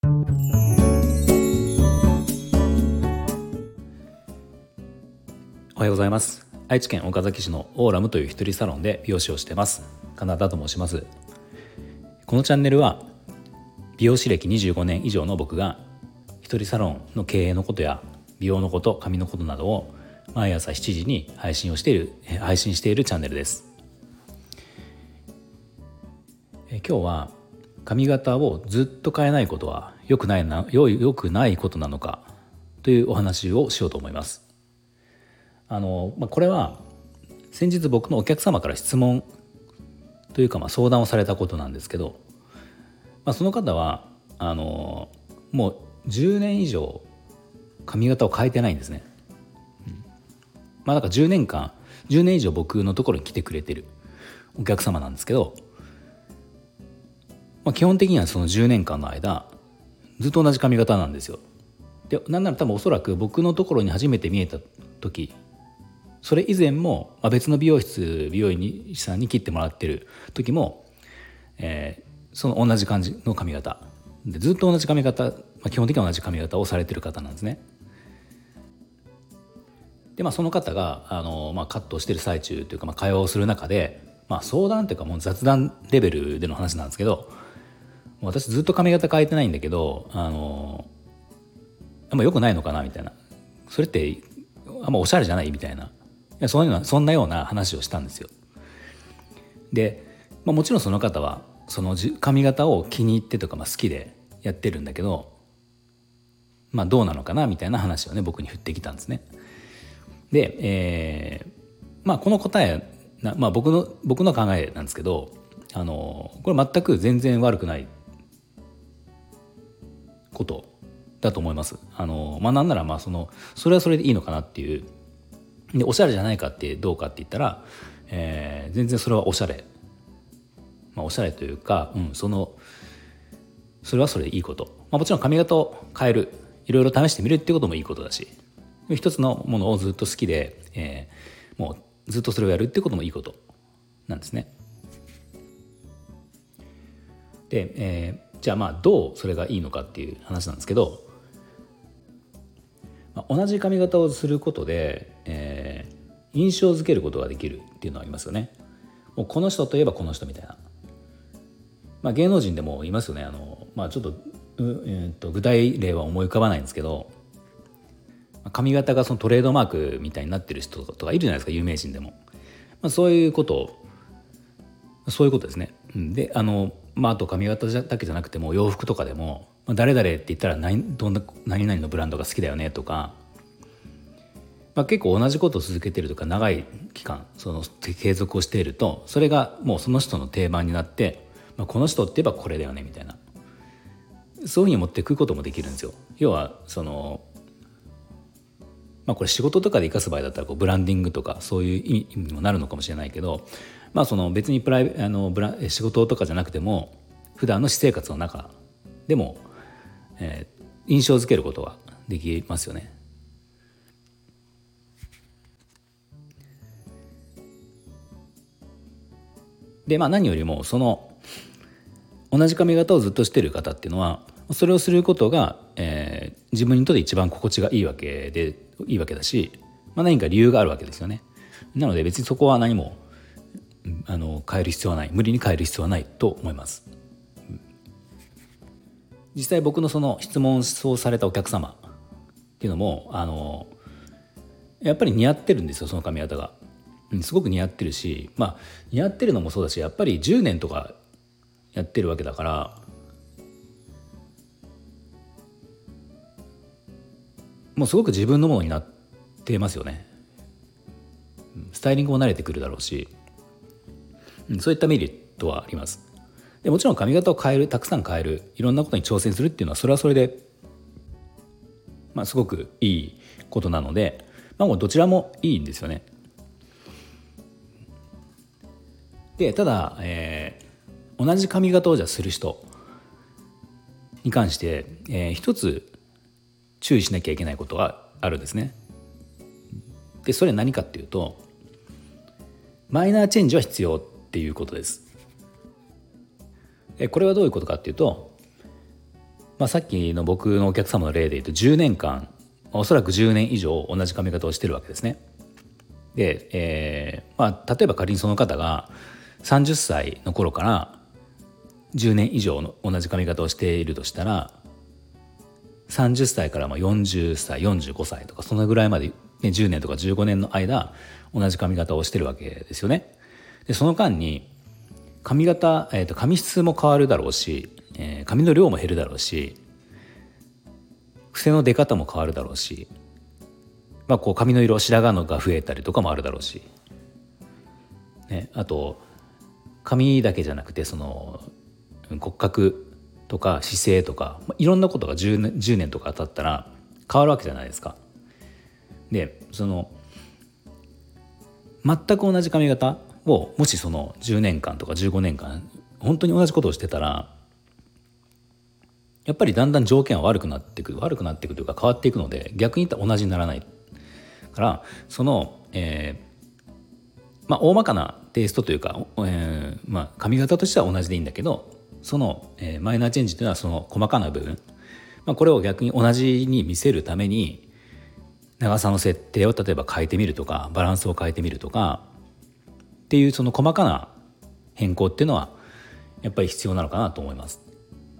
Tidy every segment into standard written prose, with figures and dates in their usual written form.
おはようございます。愛知県岡崎市のオーラムという一人サロンで美容師をしています。金田と申します。このチャンネルは美容師歴25年以上の僕が一人サロンの経営のことや美容のこと、髪のことなどを毎朝7時に配信しているチャンネルです。今日は髪型をずっと変えないことは良くないことなのかというお話をしようと思います。これは先日僕のお客様から質問というか相談をされたことなんですけど、その方はもう10年以上髪型を変えてないんですね。だから10年以上僕のところに来てくれてるお客様なんですけど、基本的にはその10年間の間ずっと同じ髪型なんですよ。で、なんなら多分おそらく僕のところに初めて見えた時、それ以前も別の美容師さんに切ってもらってる時も、その同じ感じの髪型でずっと同じ髪型、基本的には同じ髪型をされてる方なんですね。で、その方がカットをしてる最中というか、会話をする中で、相談というかもう雑談レベルでの話なんですけど、私ずっと髪型変えてないんだけど良くないのかなみたいな、それっておしゃれじゃないみたいな、そんなような話をしたんですよ。で、もちろんその方はその髪型を気に入ってとか好きでやってるんだけど、どうなのかなみたいな話をね僕に振ってきたんですね。で、この答え僕の考えなんですけど、これ全く全然悪くないことだと思います。なんならそれはそれでいいのかなっていう。で、おしゃれじゃないかってどうかって言ったら、全然それはおしゃれ、おしゃれというか、それはそれでいいこと、もちろん髪型を変える、いろいろ試してみるっていうこともいいことだし、一つのものをずっと好きで、もうずっとそれをやるっていうこともいいことなんですね。で、じゃあどうそれがいいのかっていう話なんですけど、同じ髪型をすることで、印象づけることができるっていうのはありますよね。もうこの人といえばこの人みたいな、芸能人でもいますよね。ちょっと、具体例は思い浮かばないんですけど、髪型がそのトレードマークみたいになってる人とかいるじゃないですか、有名人でも。そういうことですね。で、あと髪型だけじゃなくても洋服とかでも、誰々って言ったら何々のブランドが好きだよねとか、結構同じことを続けてるとか長い期間継続をしていると、それがもうその人の定番になって、この人って言えばこれだよねみたいな、そういうふうに持っていくこともできるんですよ。要はこれ仕事とかで生かす場合だったらブランディングとかそういう意味にもなるのかもしれないけど、別に仕事とかじゃなくても普段の私生活の中でも、印象づけることができますよね。で、何よりも同じ髪型をずっとしている方っていうのは、それをすることが、自分にとって一番心地がいいわけだし、何か理由があるわけですよね。なので別にそこは何も変える必要はない、無理に変える必要はないと思います。実際僕のその質問をされたお客様っていうのもやっぱり似合ってるんですよ、その髪型が。すごく似合ってるし、似合ってるのもそうだし、やっぱり10年とかやってるわけだから、もうすごく自分のものになってますよね。スタイリングも慣れてくるだろうし、そういったメリットはあります。でもちろん髪型をたくさん変える、いろんなことに挑戦するっていうのはそれはそれで、すごくいいことなので、もうどちらもいいんですよね。で、ただ、同じ髪型をする人に関して、一つ注意しなきゃいけないことがあるんですね。で、それは何かっていうと、マイナーチェンジは必要っていうことです。これはどういうことかっていうと、 さっきの僕のお客様の例で言うと10年間おそらく10年以上同じ髪型をしてるわけですね。で、例えば仮にその方が30歳の頃から10年以上の同じ髪型をしているとしたら、30歳から40歳45歳とかそのぐらいまで、10年とか15年の間同じ髪型をしてるわけですよね。でその間に髪型、髪質も変わるだろうし、髪の量も減るだろうし、癖の出方も変わるだろうし、こう髪の色白髪のが増えたりとかもあるだろうし、あと髪だけじゃなくてその骨格とか姿勢とか、いろんなことが10年とか経ったら変わるわけじゃないですか。でその全く同じ髪型をもしその10年間とか15年間本当に同じことをしてたら、やっぱりだんだん条件は悪くなっていくというか変わっていくので、逆に言ったら同じにならないからその、大まかなテイストというか、髪型としては同じでいいんだけど、その、マイナーチェンジというのはその細かな部分、これを逆に同じに見せるために長さの設定を例えば変えてみるとか、バランスを変えてみるとかっていうその細かな変更っていうのはやっぱり必要なのかなと思います。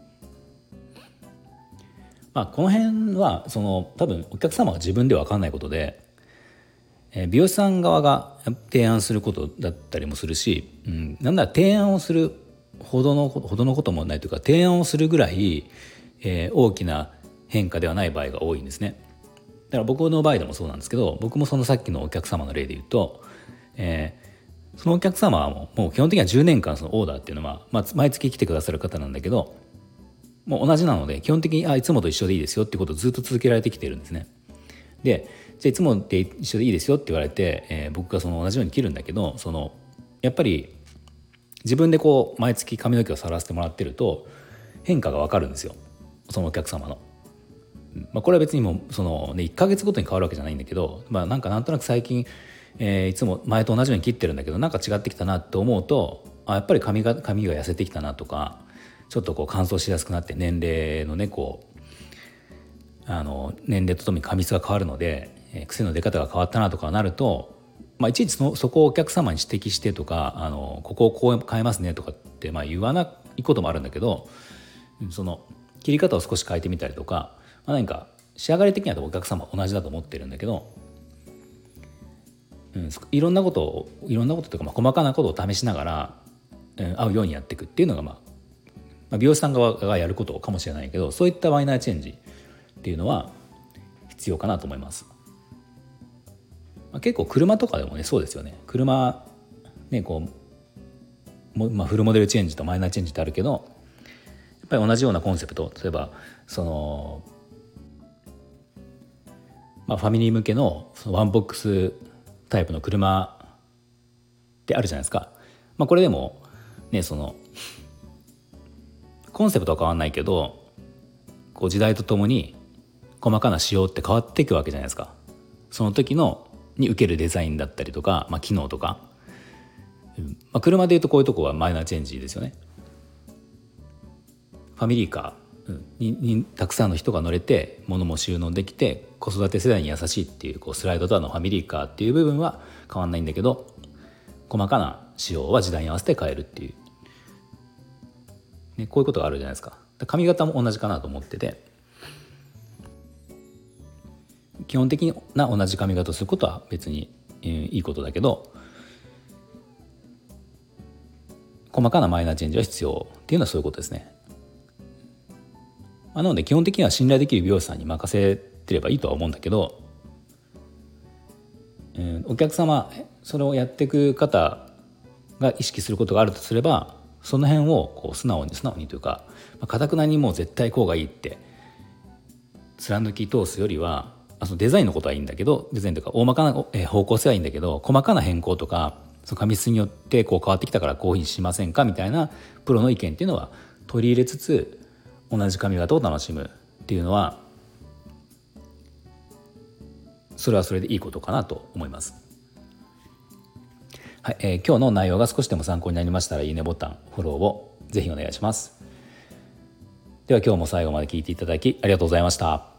この辺はその多分お客様が自分では分かんないことで、美容師さん側が提案することだったりもするし、なんなら提案をするほどのこともないというか、提案をするぐらい、大きな変化ではない場合が多いんですね。だから僕の場合でもそうなんですけど、僕もそのさっきのお客様の例で言うと、そのお客様はもう基本的には10年間そのオーダーっていうのは、毎月来てくださる方なんだけど、もう同じなので基本的にいつもと一緒でいいですよっていうことをずっと続けられてきてるんですね。でじゃあいつもで一緒でいいですよって言われて、僕がその同じように切るんだけど、そのやっぱり自分でこう毎月髪の毛を触らせてもらってると変化が分かるんですよ、そのお客様の。これは別にもうその、1ヶ月ごとに変わるわけじゃないんだけど、なんとなく最近、いつも前と同じように切ってるんだけどなんか違ってきたなと思うと、やっぱり髪が痩せてきたなとか、ちょっとこう乾燥しやすくなって年齢のねこう年齢とともに髪質が変わるので、癖の出方が変わったなとかなると、いちいちそこをお客様に指摘してとか、ここをこう変えますねとかって言わないこともあるんだけど、その切り方を少し変えてみたりとか、何か仕上がり的にはお客様は同じだと思ってるんだけど、いろんなことというか、細かなことを試しながら、合うようにやっていくっていうのが、美容師さん側がやることかもしれないけど、そういったマイナーチェンジっていうのは必要かなと思います。結構車とかでもねそうですよね。車ねこう、フルモデルチェンジとマイナーチェンジってあるけど、やっぱり同じようなコンセプト、例えばその、ファミリー向けのそのワンボックスタイプの車ってあるじゃないですか。これでもねそのコンセプトは変わらないけど、こう時代とともに細かな仕様って変わっていくわけじゃないですか。その時に受けるデザインだったりとか、機能とか、車でいうとこういうとこはマイナーチェンジですよね。ファミリーカーにたくさんの人が乗れて物も収納できて子育て世代に優しいっていう、スライドドアのファミリーカーっていう部分は変わんないんだけど、細かな仕様は時代に合わせて変えるっていう、こういうことがあるじゃないですか。髪型も同じかなと思ってて、基本的な同じ髪型をすることは別にいいことだけど、細かなマイナーチェンジは必要っていうのはそういうことですね。なので基本的には信頼できる美容師さんに任せてればいいとは思うんだけど、お客様それをやっていく方が意識することがあるとすれば、その辺をこう素直にというか、堅くなにもう絶対こうがいいって貫き通すよりは、そのデザインのことはいいんだけど、デザインとか大まかな方向性はいいんだけど、細かな変更とかその髪質によってこう変わってきたからこういうふうにしませんかみたいなプロの意見っていうのは取り入れつつ、同じ髪型を楽しむっていうのはそれはそれでいいことかなと思います。はい、今日の内容が少しでも参考になりましたらいいねボタン、フォローをぜひお願いします。 では今日も最後まで聞いていただきありがとうございました。